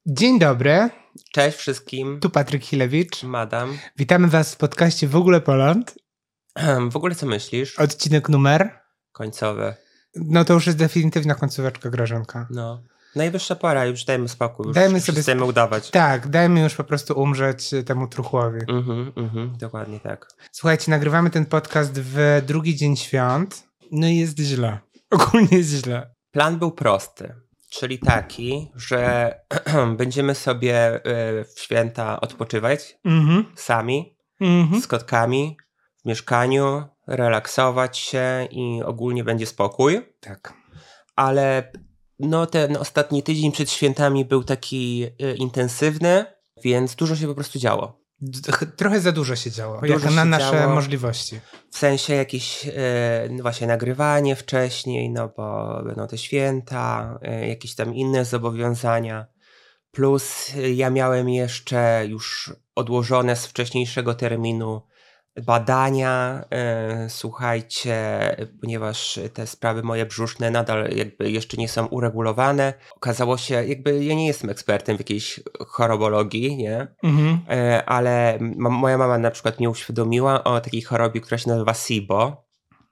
Dzień dobry. Cześć wszystkim. Tu Patryk Chilewicz. Madam. Witamy was w podcaście W ogóle Poland. W ogóle co myślisz? Odcinek numer? Końcowy. No to już jest definitywna końcóweczka, Grażynka. No. Najwyższa pora, już dajmy spokój. Już dajmy sobie chcemy udawać. Tak, dajmy już po prostu umrzeć temu truchłowi. Dokładnie tak. Słuchajcie, nagrywamy ten podcast w drugi dzień świąt. No i jest źle. Ogólnie jest źle. Plan był prosty. Czyli taki, że będziemy sobie w święta odpoczywać sami, z kotkami, w mieszkaniu, relaksować się i ogólnie będzie spokój. Tak. Ale no ten ostatni tydzień przed świętami był taki intensywny, więc dużo się po prostu działo. Trochę za dużo się działo, Dużo jak się na nasze działo. możliwości. W sensie jakieś właśnie nagrywanie wcześniej, no bo będą te święta, jakieś tam inne zobowiązania. Plus ja miałem jeszcze już odłożone z wcześniejszego terminu badania, słuchajcie, ponieważ te sprawy moje brzuszne nadal jakby jeszcze nie są uregulowane. Okazało się, jakby ja nie jestem ekspertem w jakiejś chorobologii, nie? Ale moja mama na przykład mnie uświadomiła o takiej chorobie, która się nazywa SIBO.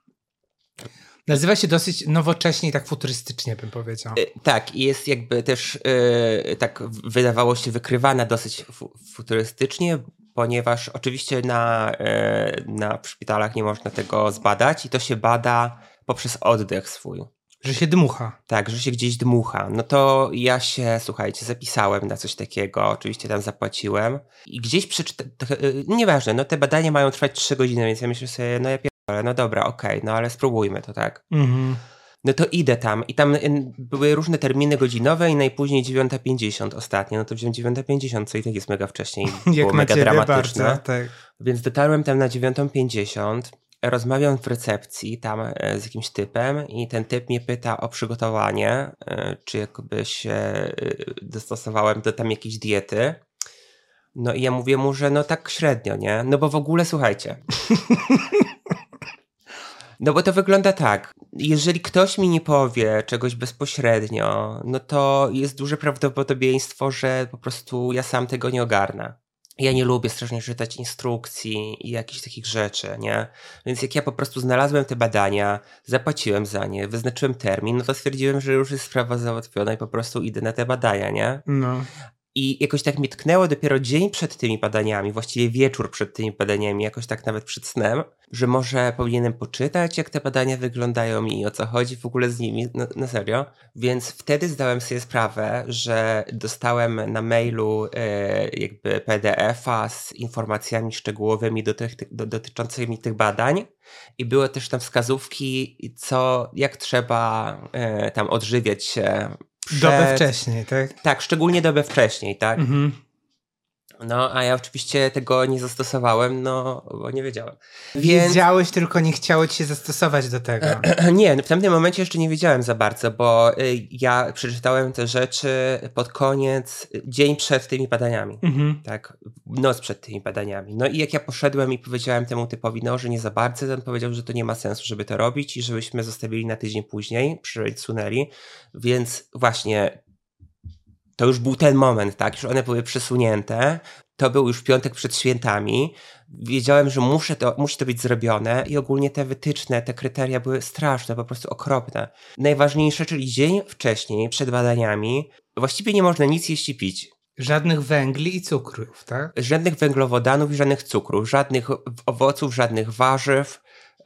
Nazywa się dosyć nowocześnie i tak futurystycznie, bym powiedział. Tak, i jest jakby też tak wydawało się wykrywana dosyć futurystycznie, ponieważ oczywiście w szpitalach nie można tego zbadać i to się bada poprzez oddech swój. Że się dmucha. Tak, że się gdzieś dmucha. No to ja się, słuchajcie, zapisałem na coś takiego, oczywiście tam zapłaciłem i gdzieś nieważne, no te badania mają trwać 3 godziny, więc ja myślę sobie, no ja pierdolę, no dobra, okej, no ale spróbujmy to, tak? No to idę tam i tam były różne terminy godzinowe i najpóźniej 9:50 ostatnio, no to wziąłem 9:50, co i tak jest mega wcześnie i było mega dramatyczne. Bardzo, tak. Więc dotarłem tam na 9:50, rozmawiam w recepcji tam z jakimś typem i ten typ mnie pyta o przygotowanie, czy jakby się dostosowałem do tam jakiejś diety. No i ja mówię mu, że no tak średnio, nie? No bo w ogóle słuchajcie... No bo to wygląda tak, jeżeli ktoś mi nie powie czegoś bezpośrednio, no to jest duże prawdopodobieństwo, że po prostu ja sam tego nie ogarnę. Ja nie lubię strasznie czytać instrukcji i jakichś takich rzeczy, nie? Więc jak ja po prostu znalazłem te badania, zapłaciłem za nie, wyznaczyłem termin, no to stwierdziłem, że już jest sprawa załatwiona i po prostu idę na te badania, nie? No. I jakoś tak mnie tknęło dopiero dzień przed tymi badaniami, właściwie wieczór przed tymi badaniami, jakoś tak nawet przed snem, że może powinienem poczytać, jak te badania wyglądają i o co chodzi w ogóle z nimi, na serio. Więc wtedy zdałem sobie sprawę, że dostałem na mailu jakby PDF-a z informacjami szczegółowymi dotyczącymi tych badań i były też tam wskazówki, jak trzeba tam odżywiać się dobę wcześniej, tak? Tak, szczególnie dobę wcześniej, tak? No, a ja oczywiście tego nie zastosowałem, no, bo nie wiedziałem. Wiedziałeś, tylko nie chciało ci się zastosować do tego. Nie, w tamtym momencie jeszcze nie wiedziałem za bardzo, bo ja przeczytałem te rzeczy pod koniec, dzień przed tymi badaniami, tak? Noc przed tymi badaniami. No i jak ja poszedłem i powiedziałem temu typowi, no, że nie za bardzo, to on powiedział, że to nie ma sensu, żeby to robić i żebyśmy zostawili na tydzień później, przesunęli, więc właśnie... To już był ten moment, tak? Już one były przesunięte. To był już piątek przed świętami. Wiedziałem, że musi to być zrobione i ogólnie te wytyczne, te kryteria były straszne, po prostu okropne. Najważniejsze, czyli dzień wcześniej, przed badaniami, właściwie nie można nic jeść i pić. Żadnych węgli i cukrów, tak? Żadnych węglowodanów i żadnych cukrów, żadnych owoców, żadnych warzyw,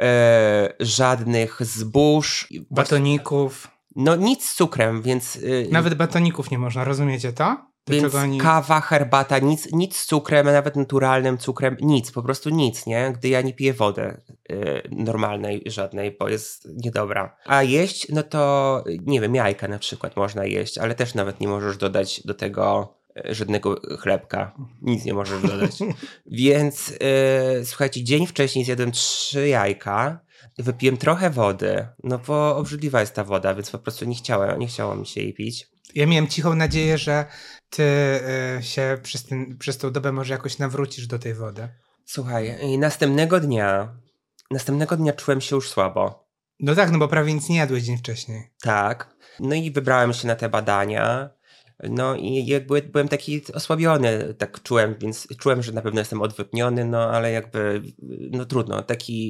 żadnych zbóż. Batoników. No nic z cukrem, więc... Nawet batoników nie można, rozumiecie to? Więc kawa, herbata, nic z cukrem, nawet naturalnym cukrem, nic, po prostu nic, nie? Gdy ja nie piję wody normalnej, żadnej, bo jest niedobra. A jeść, no to, nie wiem, jajka na przykład można jeść, ale też nawet nie możesz dodać do tego żadnego chlebka. Nic nie możesz dodać. Więc słuchajcie, dzień wcześniej zjadłem 3 jajka, wypiłem trochę wody, no bo obrzydliwa jest ta woda, więc po prostu nie chciało mi się jej pić. Ja miałem cichą nadzieję, że ty się przez tą dobę może jakoś nawrócisz do tej wody. Słuchaj, następnego dnia czułem się już słabo. No tak, no bo prawie nic nie jadłeś dzień wcześniej. Tak. No i wybrałem się na te badania. No i jakby byłem taki osłabiony, tak czułem, więc czułem, że na pewno jestem odwodniony, no ale jakby, no trudno,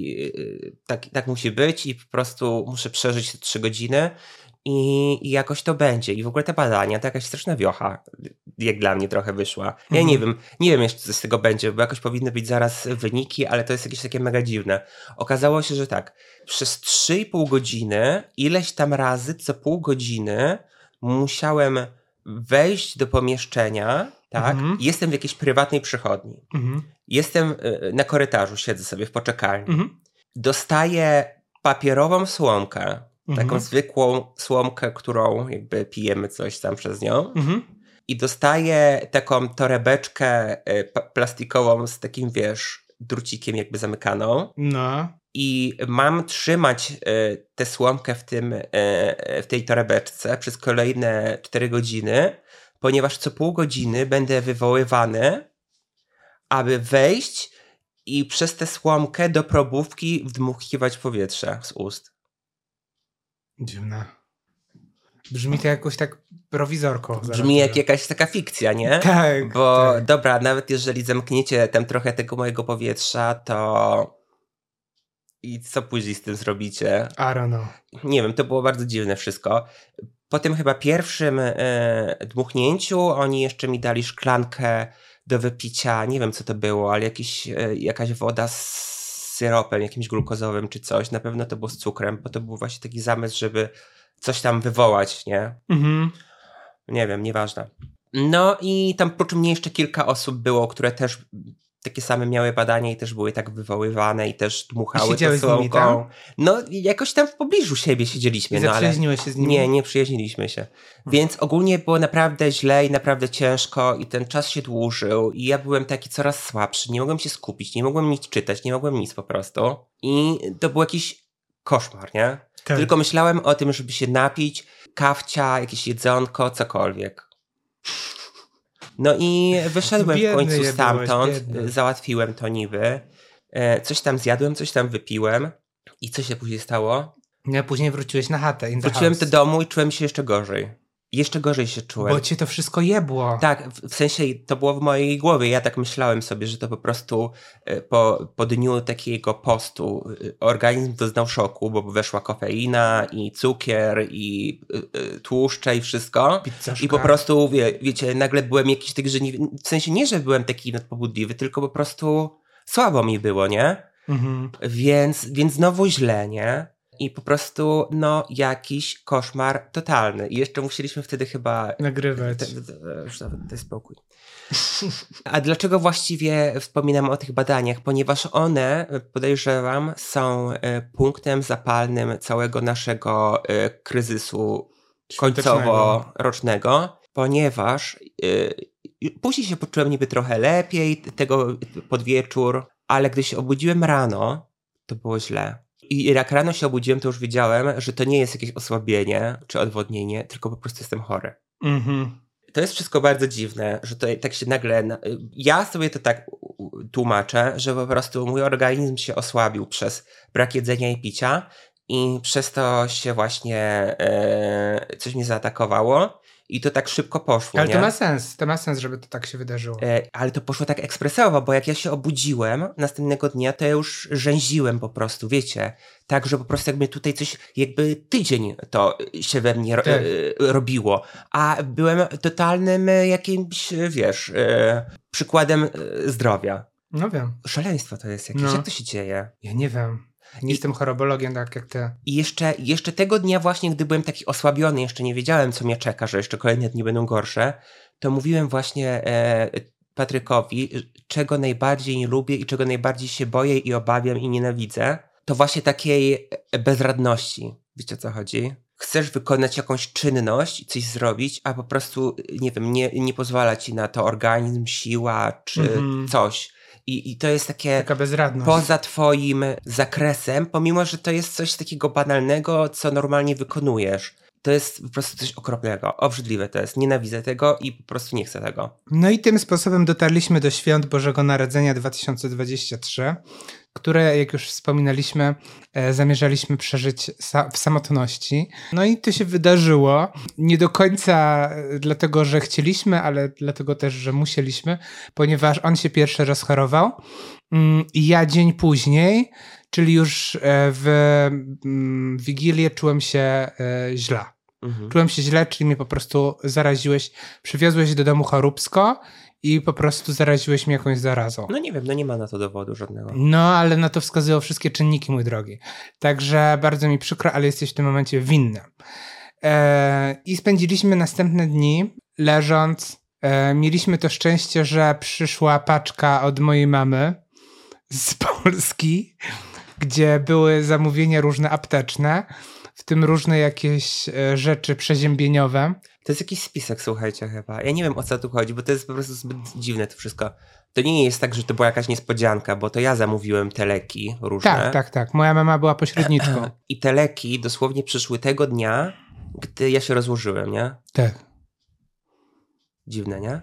tak musi być i po prostu muszę przeżyć te 3 godziny i jakoś to będzie. I w ogóle te badania, to jakaś straszna wiocha, jak dla mnie trochę wyszła. Ja nie wiem jeszcze, co z tego będzie, bo jakoś powinny być zaraz wyniki, ale to jest jakieś takie mega dziwne. Okazało się, że tak, przez 3,5 godziny, ileś tam razy, co pół godziny musiałem wejść do pomieszczenia, tak? Jestem w jakiejś prywatnej przychodni. Jestem na korytarzu, siedzę sobie w poczekalni. Dostaję papierową słomkę, taką zwykłą słomkę, którą jakby pijemy coś tam przez nią. I dostaję taką torebeczkę plastikową z takim, wiesz, drucikiem jakby zamykaną. No. I mam trzymać tę słomkę w tej torebeczce przez kolejne 4 godziny, ponieważ co pół godziny będę wywoływany, aby wejść i przez tę słomkę do probówki wdmuchiwać powietrze z ust. Dziwne. Brzmi to jakoś tak prowizorko. Brzmi jak jakaś taka fikcja, nie? Tak. Bo tak. dobra, nawet jeżeli zamkniecie tam trochę tego mojego powietrza, to... I co później z tym zrobicie? I don't know. Nie wiem, to było bardzo dziwne wszystko. Po tym chyba pierwszym dmuchnięciu oni jeszcze mi dali szklankę do wypicia. Nie wiem, co to było, ale jakaś woda z syropem, jakimś glukozowym czy coś. Na pewno to było z cukrem, bo to był właśnie taki zamysł, żeby coś tam wywołać, nie? Nie wiem, nieważne. No i tam prócz mnie jeszcze kilka osób było, które też takie same miały badania i też były tak wywoływane i też dmuchały tą słomką. No jakoś tam w pobliżu siebie siedzieliśmy. I zaprzyjaźniłeś się z nimi? Nie przyjaźniliśmy się. Więc ogólnie było naprawdę źle i naprawdę ciężko i ten czas się dłużył i ja byłem taki coraz słabszy. Nie mogłem się skupić, nie mogłem nic czytać, nie mogłem nic po prostu. I to był jakiś koszmar, nie? Tak. Tylko myślałem o tym, żeby się napić, kawcia, jakieś jedzonko, cokolwiek. No i wyszedłem w końcu stamtąd, załatwiłem to niby, coś tam zjadłem, coś tam wypiłem i co się później stało? No, później wróciłeś na chatę. Wróciłem do domu i czułem się jeszcze gorzej. Jeszcze gorzej się czułem. Bo cię to wszystko jebło. Tak, w sensie to było w mojej głowie. Ja tak myślałem sobie, że to po prostu po dniu takiego postu organizm doznał szoku, bo weszła kofeina i cukier i tłuszcze i wszystko. Pizzaszka. I po prostu, wiecie, nagle byłem jakiś taki, że w sensie nie, że byłem taki nadpobudliwy, tylko po prostu słabo mi było, nie? Więc znowu źle, nie? I po prostu, no, jakiś koszmar totalny. I jeszcze musieliśmy wtedy chyba... nagrywać. Już nawet daj spokój. A dlaczego właściwie wspominam o tych badaniach? Ponieważ one, podejrzewam, są punktem zapalnym całego naszego kryzysu końcowo-rocznego. Ponieważ później się poczułem niby trochę lepiej pod wieczór, ale gdy się obudziłem rano, to było źle. I jak rano się obudziłem, to już wiedziałem, że to nie jest jakieś osłabienie czy odwodnienie, tylko po prostu jestem chory. To jest wszystko bardzo dziwne, że to tak się nagle... Ja sobie to tak tłumaczę, że po prostu mój organizm się osłabił przez brak jedzenia i picia i przez to się właśnie coś mnie zaatakowało. I to tak szybko poszło, ale nie? To ma sens, żeby to tak się wydarzyło. Ale to poszło tak ekspresowo, bo jak ja się obudziłem następnego dnia, to ja już rzęziłem po prostu, wiecie? Tak, że po prostu jakby tutaj coś, jakby tydzień to się we mnie robiło. A byłem totalnym jakimś, wiesz, przykładem zdrowia. No wiem. Szaleństwo to jest jakieś. Jak to się dzieje? Ja nie wiem. Nie jestem chorobologiem, tak jak ty. I jeszcze tego dnia właśnie, gdy byłem taki osłabiony, jeszcze nie wiedziałem, co mnie czeka, że jeszcze kolejne dni będą gorsze, to mówiłem właśnie Patrykowi, czego najbardziej nie lubię i czego najbardziej się boję i obawiam i nienawidzę, to właśnie takiej bezradności. Wiecie, o co chodzi? Chcesz wykonać jakąś czynność, coś zrobić, a po prostu, nie wiem, nie pozwala ci na to organizm, siła czy coś. I to jest takie taka bezradność poza twoim zakresem, pomimo, że to jest coś takiego banalnego, co normalnie wykonujesz. To jest po prostu coś okropnego, obrzydliwe to jest. Nienawidzę tego i po prostu nie chcę tego. No i tym sposobem dotarliśmy do świąt Bożego Narodzenia 2023. które, jak już wspominaliśmy, zamierzaliśmy przeżyć w samotności. No i to się wydarzyło. Nie do końca dlatego, że chcieliśmy, ale dlatego też, że musieliśmy, ponieważ on się pierwszy rozchorował i ja dzień później, czyli już w Wigilię czułem się źle. Czułem się źle, czyli mnie po prostu zaraziłeś, przywiozłeś do domu choróbsko i po prostu zaraziłeś mnie jakąś zarazą. No nie wiem, no nie ma na to dowodu żadnego. No, ale na to wskazują wszystkie czynniki, mój drogi. Także bardzo mi przykro, ale jesteś w tym momencie winny. I spędziliśmy następne dni leżąc. Mieliśmy to szczęście, że przyszła paczka od mojej mamy z Polski, gdzie były zamówienia różne apteczne, w tym różne jakieś rzeczy przeziębieniowe. To jest jakiś spisek, słuchajcie, chyba. Ja nie wiem, o co tu chodzi, bo to jest po prostu zbyt dziwne to wszystko. To nie jest tak, że to była jakaś niespodzianka, bo to ja zamówiłem te leki różne. Tak. Moja mama była pośredniczką. I te leki dosłownie przyszły tego dnia, gdy ja się rozłożyłem, nie? Tak. Dziwne, nie?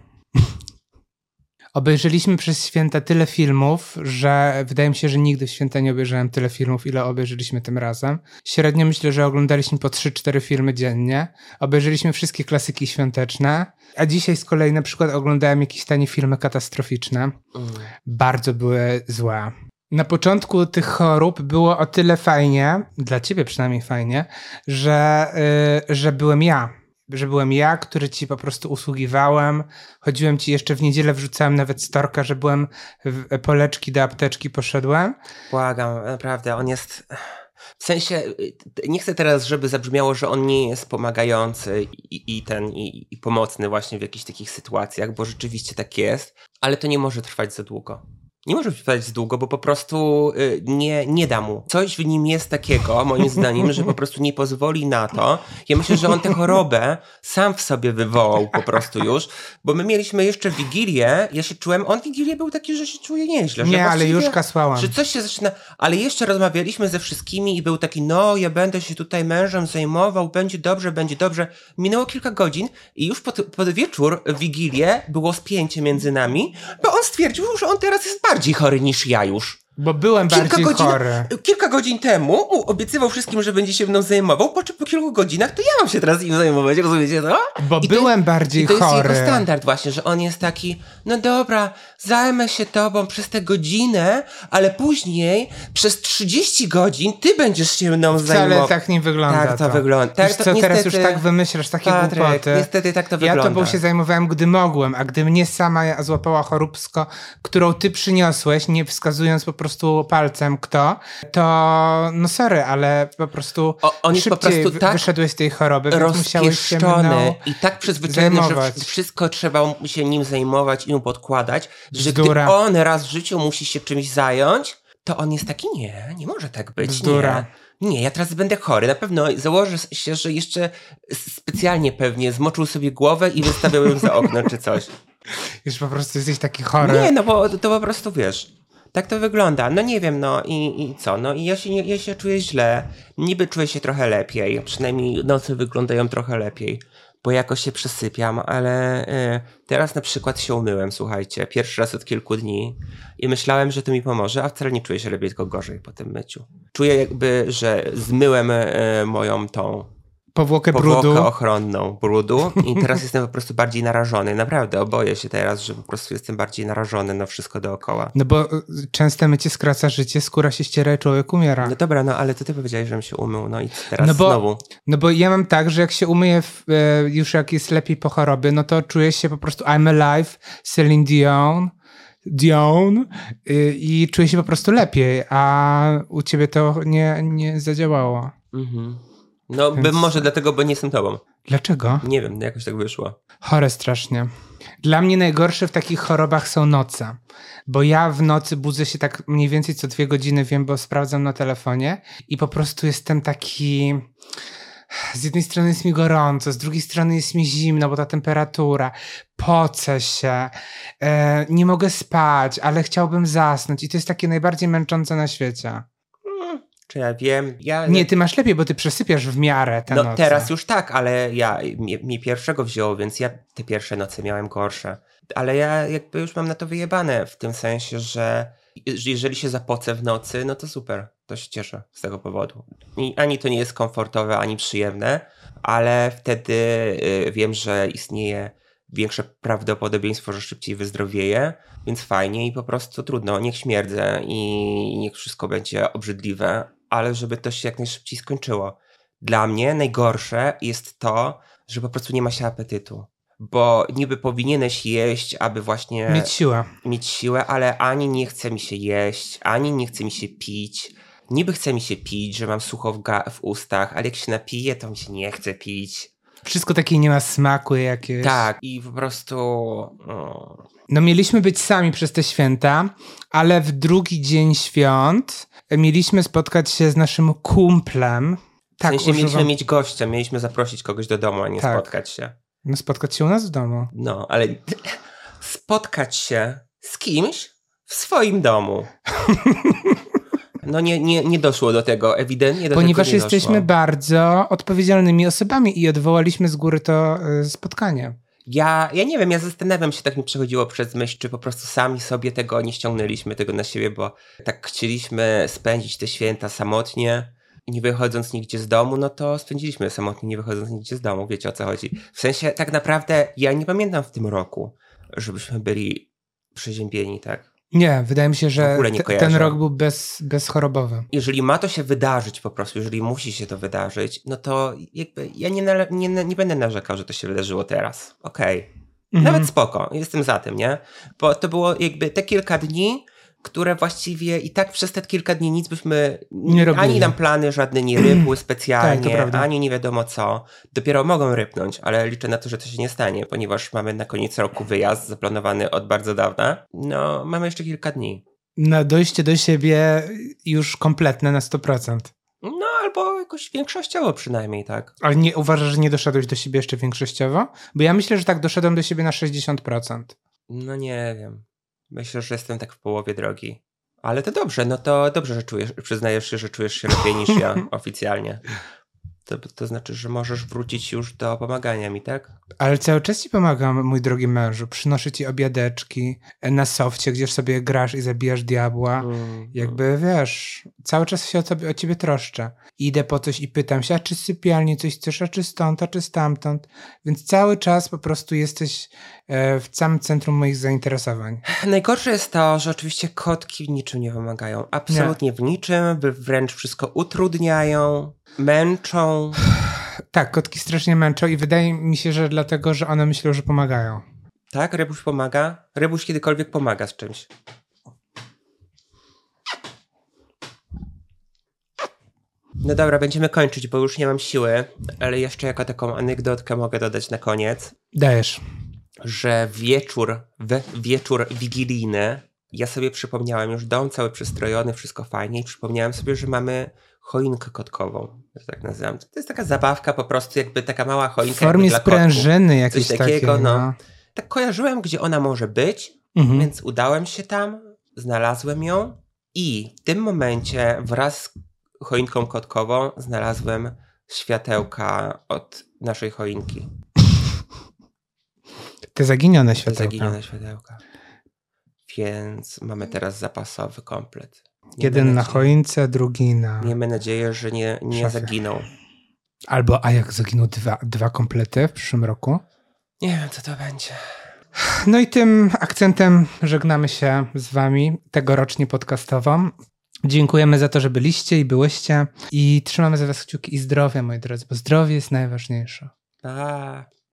Obejrzeliśmy przez święta tyle filmów, że wydaje mi się, że nigdy w święta nie obejrzałem tyle filmów, ile obejrzeliśmy tym razem. Średnio myślę, że oglądaliśmy po 3-4 filmy dziennie. Obejrzeliśmy wszystkie klasyki świąteczne, a dzisiaj z kolei na przykład oglądałem jakieś tanie filmy katastroficzne. Bardzo były złe. Na początku tych chorób było o tyle fajnie, dla ciebie przynajmniej fajnie, że byłem ja. Że byłem ja, który ci po prostu usługiwałem. Chodziłem ci jeszcze w niedzielę, wrzucałem nawet storka, że byłem po leczki do apteczki poszedłem. Błagam, naprawdę, on jest... W sensie, nie chcę teraz, żeby zabrzmiało, że on nie jest pomagający i pomocny właśnie w jakichś takich sytuacjach, bo rzeczywiście tak jest, ale to nie może trwać za długo. Nie może trwać za długo, bo po prostu nie da mu. Coś w nim jest takiego, moim zdaniem, że po prostu nie pozwoli na to. Ja myślę, że on tę chorobę sam w sobie wywołał po prostu już, bo my mieliśmy jeszcze Wigilię, ja się czułem, on Wigilię był taki, że się czuje nieźle. Nie, ale już kasłałam. Że coś się zaczyna, ale jeszcze rozmawialiśmy ze wszystkimi i był taki, no ja będę się tutaj mężem zajmował, będzie dobrze. Minęło kilka godzin i już pod wieczór w Wigilię było spięcie między nami, bo on stwierdził, że on teraz jest bardziej chory niż ja już. Bo byłem bardziej chory. Kilka godzin temu obiecywał wszystkim, że będzie się mną zajmował, po czym po kilku godzinach to ja mam się teraz im zajmować, rozumiecie to? Bo byłem bardziej chory. To jest jego standard właśnie, że on jest taki, no dobra, zajmę się tobą przez tę godzinę, ale później przez 30 godzin ty będziesz się mną zajmował. Wcale tak nie wygląda. Tak to wygląda. Tak, wiesz co, niestety, teraz już tak wymyślasz takie głupoty. Niestety tak to wygląda. Ja tobą się zajmowałem, gdy mogłem, a gdy mnie sama złapała choróbsko, którą ty przyniosłeś, nie wskazując po prostu palcem kto, to no sorry, ale po prostu on jest po prostu tak wyszedłeś z tej choroby, więc musiałeś się mną i tak przyzwyczajony, że wszystko trzeba się nim zajmować i mu podkładać, że gdy on raz w życiu musi się czymś zająć, to on jest taki, nie może tak być. Bzdura. Nie, ja teraz będę chory. Na pewno założę się, że jeszcze specjalnie pewnie zmoczył sobie głowę i wystawiał ją za okno czy coś. Już po prostu jesteś taki chory. Nie, no bo to po prostu wiesz. Tak to wygląda. No nie wiem, no i co? No i ja się czuję źle. Niby czuję się trochę lepiej. Przynajmniej nocy wyglądają trochę lepiej. Bo jakoś się przesypiam, ale teraz na przykład się umyłem, słuchajcie. Pierwszy raz od kilku dni. I myślałem, że to mi pomoże, a wcale nie czuję się lepiej, tylko gorzej po tym myciu. Czuję jakby, że zmyłem moją tą powłokę ochronną brudu i teraz jestem po prostu bardziej narażony. Naprawdę, oboję się teraz, że po prostu jestem bardziej narażony na wszystko dookoła. No bo częste mycie skraca życie, skóra się ściera, człowiek umiera. No dobra, no ale to ty powiedziałeś, żebym się umył, no i teraz znowu. No bo ja mam tak, że jak się umyję już jak jest lepiej po chorobie, no to czuję się po prostu I'm alive, Celine Dion i czuję się po prostu lepiej, a u ciebie to nie zadziałało. No, więc... może dlatego, bo nie jestem tobą. Dlaczego? Nie wiem, jakoś tak wyszło. Chore strasznie. Dla mnie najgorsze w takich chorobach są noce, bo ja w nocy budzę się tak mniej więcej co 2 godziny, wiem, bo sprawdzam na telefonie i po prostu jestem taki... Z jednej strony jest mi gorąco, z drugiej strony jest mi zimno, bo ta temperatura, pocę się, nie mogę spać, ale chciałbym zasnąć i to jest takie najbardziej męczące na świecie. Czy ja wiem? Nie, ty masz lepiej, bo ty przesypiasz w miarę te noce. No teraz już tak, ale mi pierwszego wzięło, więc ja te pierwsze noce miałem gorsze. Ale ja jakby już mam na to wyjebane w tym sensie, że jeżeli się zapocę w nocy, no to super, to się cieszę z tego powodu. I ani to nie jest komfortowe, ani przyjemne, ale wtedy wiem, że istnieje większe prawdopodobieństwo, że szybciej wyzdrowieję, więc fajnie i po prostu trudno, niech śmierdzę i niech wszystko będzie obrzydliwe, ale żeby to się jak najszybciej skończyło. Dla mnie najgorsze jest to, że po prostu nie ma się apetytu. Bo niby powinieneś jeść, aby właśnie mieć siłę, ale ani nie chce mi się jeść, ani nie chce mi się pić. Niby chce mi się pić, że mam sucho w ustach, ale jak się napiję, to mi się nie chce pić. Wszystko takie nie ma smaku jakieś. Tak, i po prostu... No mieliśmy być sami przez te święta, ale w drugi dzień świąt mieliśmy spotkać się z naszym kumplem. Tak, w sensie mieliśmy mieć gościa, mieliśmy zaprosić kogoś do domu, a nie spotkać się. No spotkać się u nas w domu. No, ale spotkać się z kimś w swoim domu. No nie doszło do tego, ewidentnie do Ponieważ tego nie jesteśmy doszło. bardzo odpowiedzialnymi osobami i odwołaliśmy z góry to spotkanie. Ja nie wiem, ja zastanawiam się, tak mi przechodziło przez myśl, czy po prostu sami sobie tego nie ściągnęliśmy, tego na siebie, bo tak chcieliśmy spędzić te święta samotnie, nie wychodząc nigdzie z domu, no to spędziliśmy samotnie, nie wychodząc nigdzie z domu, wiecie o co chodzi. W sensie, tak naprawdę, ja nie pamiętam w tym roku, żebyśmy byli przeziębieni, tak? Nie, wydaje mi się, że ten rok był bezchorobowy. Jeżeli ma to się wydarzyć po prostu, jeżeli musi się to wydarzyć, no to jakby ja nie będę narzekał, że to się wydarzyło teraz. Okej. Nawet spoko, jestem za tym, nie? Bo to było jakby te kilka dni, które właściwie i tak przez te kilka dni nic byśmy nie robili. Ani nam plany żadne nie rybły specjalnie, tak, ani nie wiadomo co. Dopiero mogą rypnąć, ale liczę na to, że to się nie stanie, ponieważ mamy na koniec roku wyjazd zaplanowany od bardzo dawna. No, mamy jeszcze kilka dni. Na dojście do siebie już kompletne na 100%. No, albo jakoś większościowo przynajmniej, tak. Ale nie uważasz, że nie doszedłeś do siebie jeszcze większościowo? Bo ja myślę, że tak doszedłem do siebie na 60%. No nie wiem. Myślę, że jestem tak w połowie drogi. Ale to dobrze, no to dobrze, że przyznajesz się, że czujesz się lepiej niż ja oficjalnie. To znaczy, że możesz wrócić już do pomagania mi, tak? Ale cały czas ci pomagam, mój drogi mężu. Przynoszę ci obiadeczki na sofcie, gdzieś sobie grasz i zabijasz diabła. Jakby, wiesz, cały czas się o ciebie troszczę. Idę po coś i pytam się, a czy z sypialni coś chcesz, a czy stąd, a czy stamtąd. Więc cały czas po prostu jesteś w samym centrum moich zainteresowań. Najgorsze jest to, że oczywiście kotki w niczym nie pomagają. Absolutnie w niczym, wręcz wszystko utrudniają, męczą. Tak, kotki strasznie męczą i wydaje mi się, że dlatego, że one myślą, że pomagają. Tak? Rybuś pomaga? Rybuś kiedykolwiek pomaga z czymś. No dobra, będziemy kończyć, bo już nie mam siły, ale jeszcze jako taką anegdotkę mogę dodać na koniec. Dajesz. Że wieczór wigilijny, ja sobie przypomniałem, już dom cały przystrojony, wszystko fajnie i przypomniałem sobie, że mamy choinkę kotkową, że tak nazywam. To jest taka zabawka po prostu, jakby taka mała choinka. W formie sprężyny jakieś coś takiego, takie, no. Tak kojarzyłem, gdzie ona może być, więc udałem się tam, znalazłem ją i w tym momencie wraz z choinką kotkową znalazłem światełka od naszej choinki. Te zaginione światełka. Zaginione światełka. Więc mamy teraz zapasowy komplet. Jeden na choince, drugi na... Miejmy nadzieję, że nie zaginą. A jak zaginą dwa komplety w przyszłym roku? Nie wiem, co to będzie. No i tym akcentem żegnamy się z wami tegorocznie podcastową. Dziękujemy za to, że byliście i byłyście i trzymamy za was kciuki i zdrowia, moi drodzy, bo zdrowie jest najważniejsze.